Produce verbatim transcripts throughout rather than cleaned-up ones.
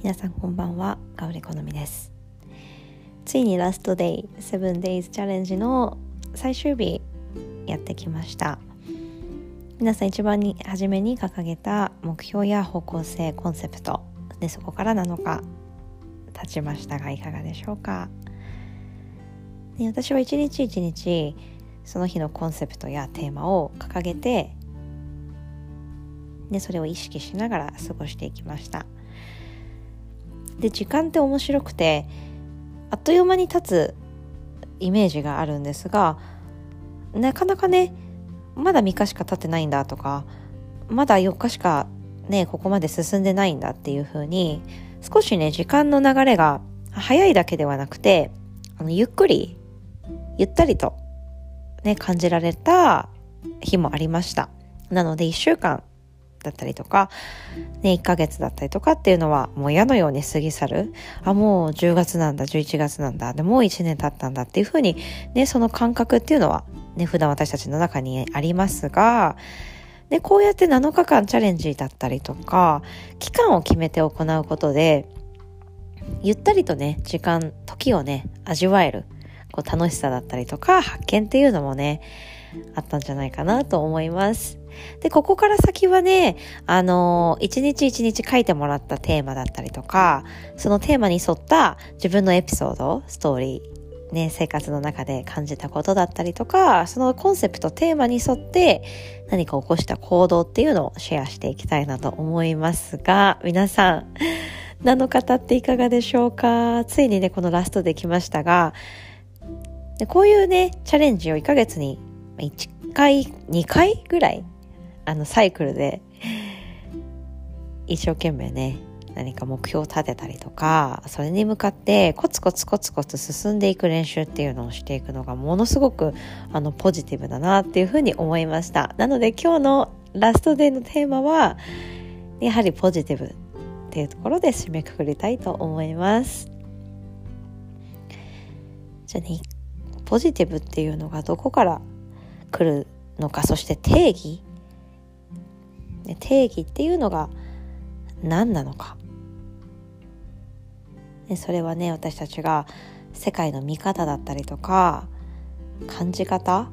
皆さんこんばんは、ガウリコノミです。ついにラストデイセブンデイズチャレンジの最終日やってきました。皆さん一番に初めに掲げた目標や方向性、コンセプトで、そこからなのか経ちましたがいかがでしょうか。で、私は一日一日その日のコンセプトやテーマを掲げて、でそれを意識しながら過ごしていきました。で、時間って面白くてあっという間に経つイメージがあるんですが、なかなかね、まだみっかしか経ってないんだとか、まだよっかしかねここまで進んでないんだっていう風に、少しね時間の流れが早いだけではなくて、あのゆっくりゆったりとね感じられた日もありました。なのでいっしゅうかんだったりとか、ね、いっかげつだったりとかっていうのはもう矢のように過ぎ去る。あ、もうじゅうがつなんだ、じゅういちがつなんだ、でもういちねん経ったんだっていう風にね、その感覚っていうのはね普段私たちの中にありますが、でこうやってなのかかんチャレンジだったりとか期間を決めて行うことで、ゆったりとね時間時をね味わえるこう楽しさだったりとか発見っていうのもねあったんじゃないかなと思います。で、ここから先はね、あのー、一日一日書いてもらったテーマだったりとか、そのテーマに沿った自分のエピソード、ストーリー、ね、生活の中で感じたことだったりとか、そのコンセプト、テーマに沿って何か起こした行動っていうのをシェアしていきたいなと思いますが、皆さん、なのか経っていかがでしょうか。ついにね、このラストできましたが、でこういうね、チャレンジをいっかげつにいっかい、にかいぐらいあのサイクルで一生懸命ね何か目標を立てたりとか、それに向かってコツコツコツコツ進んでいく練習っていうのをしていくのがものすごくあのポジティブだなっていうふうに思いました。なので今日のラストデーのテーマはやはりポジティブっていうところで締めくくりたいと思います。じゃあね、ポジティブっていうのがどこから来るのか、そして定義定義っていうのが何なのか。それはね、私たちが世界の見方だったりとか感じ方、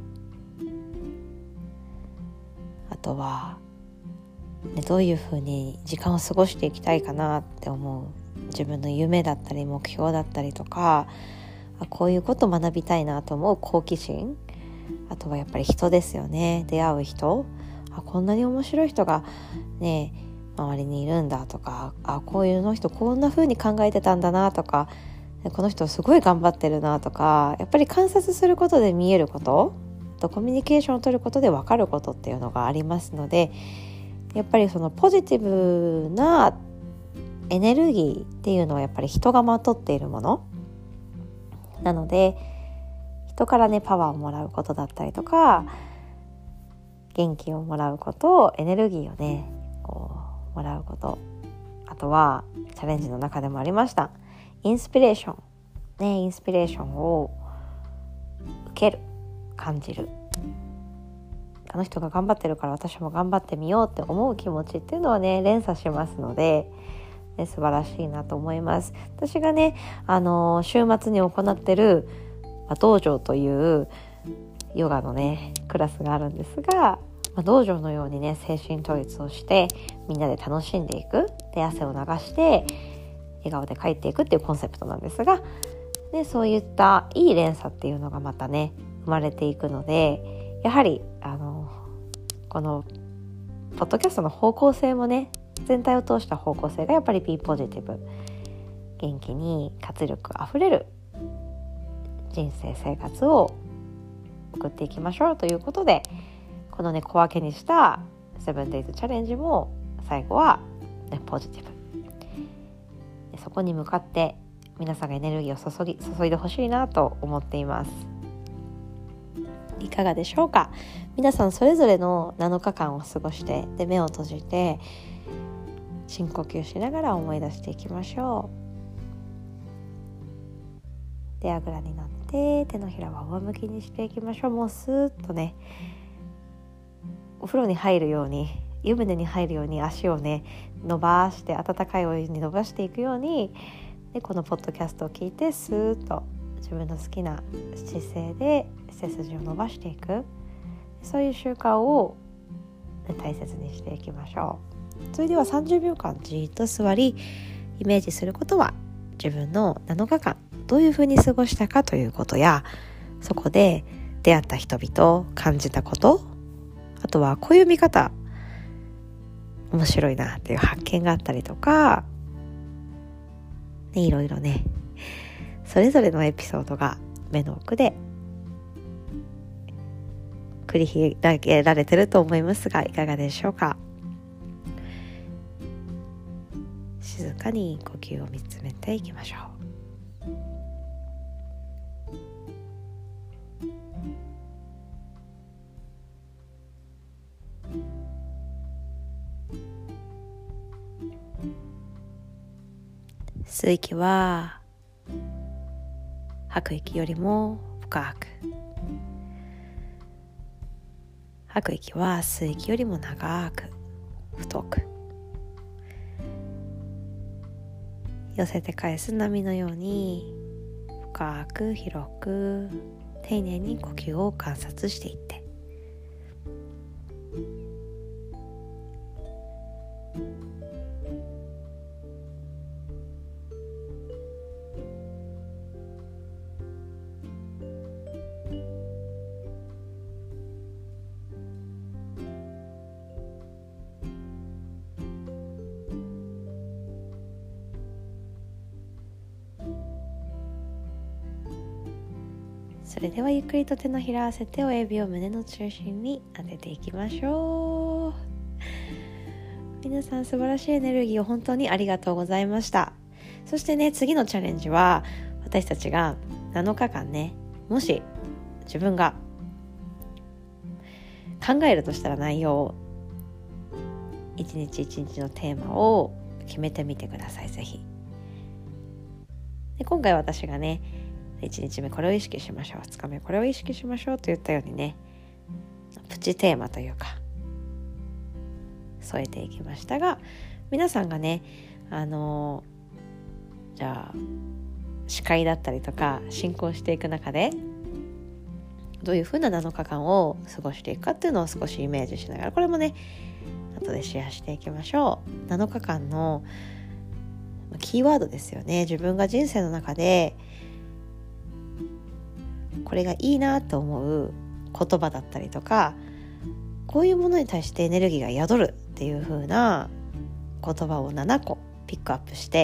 あとは、ね、どういうふうに時間を過ごしていきたいかなって思う自分の夢だったり目標だったりとか、こういうことを学びたいなと思う好奇心、あとはやっぱり人ですよね。出会う人、あ、こんなに面白い人がね周りにいるんだとか、あ、こういうの人こんな風に考えてたんだなとか、この人すごい頑張ってるなとか、やっぱり観察することで見えることとコミュニケーションを取ることで分かることっていうのがありますので、やっぱりそのポジティブなエネルギーっていうのはやっぱり人がまとっているものなので、人からねパワーをもらうことだったりとか元気をもらうこと、エネルギーをねこうもらうこと、あとはチャレンジの中でもありましたインスピレーションね、インスピレーションを受ける、感じる、あの人が頑張ってるから私も頑張ってみようって思う気持ちっていうのはね連鎖しますので、ね、素晴らしいなと思います。私がね、あのー、週末に行ってる、まあ、道場というヨガのねクラスがあるんですが、まあ、道場のようにね精神統一をしてみんなで楽しんでいく、で汗を流して笑顔で帰っていくっていうコンセプトなんですが、でそういったいい連鎖っていうのがまたね生まれていくので、やはりあのこのポッドキャストの方向性もね、全体を通した方向性がやっぱり Be Positive、 元気に活力あふれる人生生活を送っていきましょうということで、このね小分けにしたセブンデイズチャレンジも最後は、ね、ポジティブ、そこに向かって皆さんがエネルギーを注ぎ注いでほしいなと思っています。いかがでしょうか。皆さんそれぞれのなのかかんを過ごして、で目を閉じて深呼吸しながら思い出していきましょう。であぐらになって手のひらは上向きにしていきましょう。もうスーッとねお風呂に入るように湯船に入るように足をね伸ばして温かいお湯に伸ばしていくようにでこのポッドキャストを聞いてスーッと自分の好きな姿勢で背筋を伸ばしていく、そういう習慣を、ね、大切にしていきましょう。それではさんじゅうびょうかんじーっと座りイメージすることは自分のなのかかんどういうふうに過ごしたかということや、そこで出会った人々感じたこと、あとはこういう見方面白いなっていう発見があったりとか、ね、いろいろねそれぞれのエピソードが目の奥で繰り広げられてると思いますが、いかがでしょうか。静かに呼吸を見つめていきましょう。吸う息は吐く息よりも深く、吐く息は吸う息よりも長く太く、寄せて返す波のように深く広く丁寧に呼吸を観察していって、それではゆっくりと手のひら合わせて親指を胸の中心に当てていきましょう。皆さん素晴らしいエネルギーを本当にありがとうございました。そしてね、次のチャレンジは私たちがなのかかんね、もし自分が考えるとしたら内容を一日一日のテーマを決めてみてください。ぜひで今回私がねいちにちめこれを意識しましょう、ふつかめこれを意識しましょうと言ったようにね、プチテーマというか添えていきましたが、皆さんがねあのじゃあ司会だったりとか進行していく中でどういう風ななのかかんを過ごしていくかっていうのを少しイメージしながら、これもね後でシェアしていきましょう。なのかかんのキーワードですよね。自分が人生の中でこれがいいなと思う言葉だったりとか、こういうものに対してエネルギーが宿るっていう風な言葉をななこピックアップして、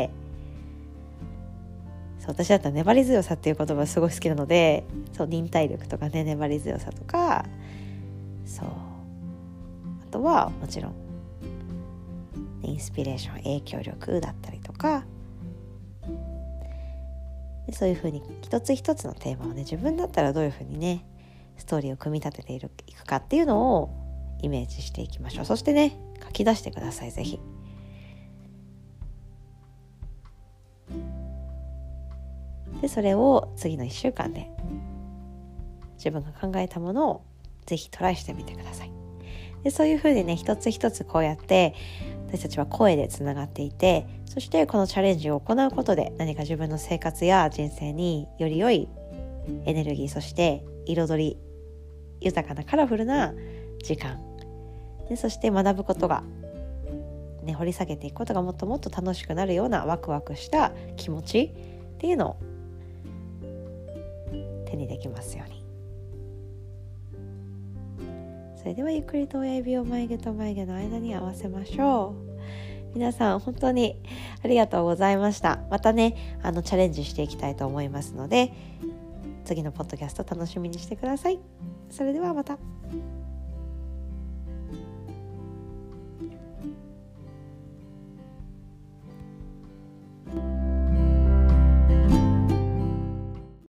そう私だったら粘り強さっていう言葉すごい好きなので、そう忍耐力とかね、粘り強さとか、そうあとはもちろんインスピレーション、影響力だったりとか、でそういうふうに一つ一つのテーマをね、自分だったらどういうふうにねストーリーを組み立てているいくかっていうのをイメージしていきましょう。そしてね書き出してください、ぜひ。でそれを次のいっしゅうかんで自分が考えたものをぜひトライしてみてください。でそういうふうにね一つ一つこうやって私たちは声でつながっていて、そしてこのチャレンジを行うことで何か自分の生活や人生により良いエネルギー、そして彩り豊かなカラフルな時間で、そして学ぶことが、ね、掘り下げていくことがもっともっと楽しくなるようなワクワクした気持ちっていうのを手にできますように。それではゆっくりと親指を眉毛と眉毛の間に合わせましょう。皆さん本当にありがとうございました。またねあのチャレンジしていきたいと思いますので、次のポッドキャスト楽しみにしてください。それではまた。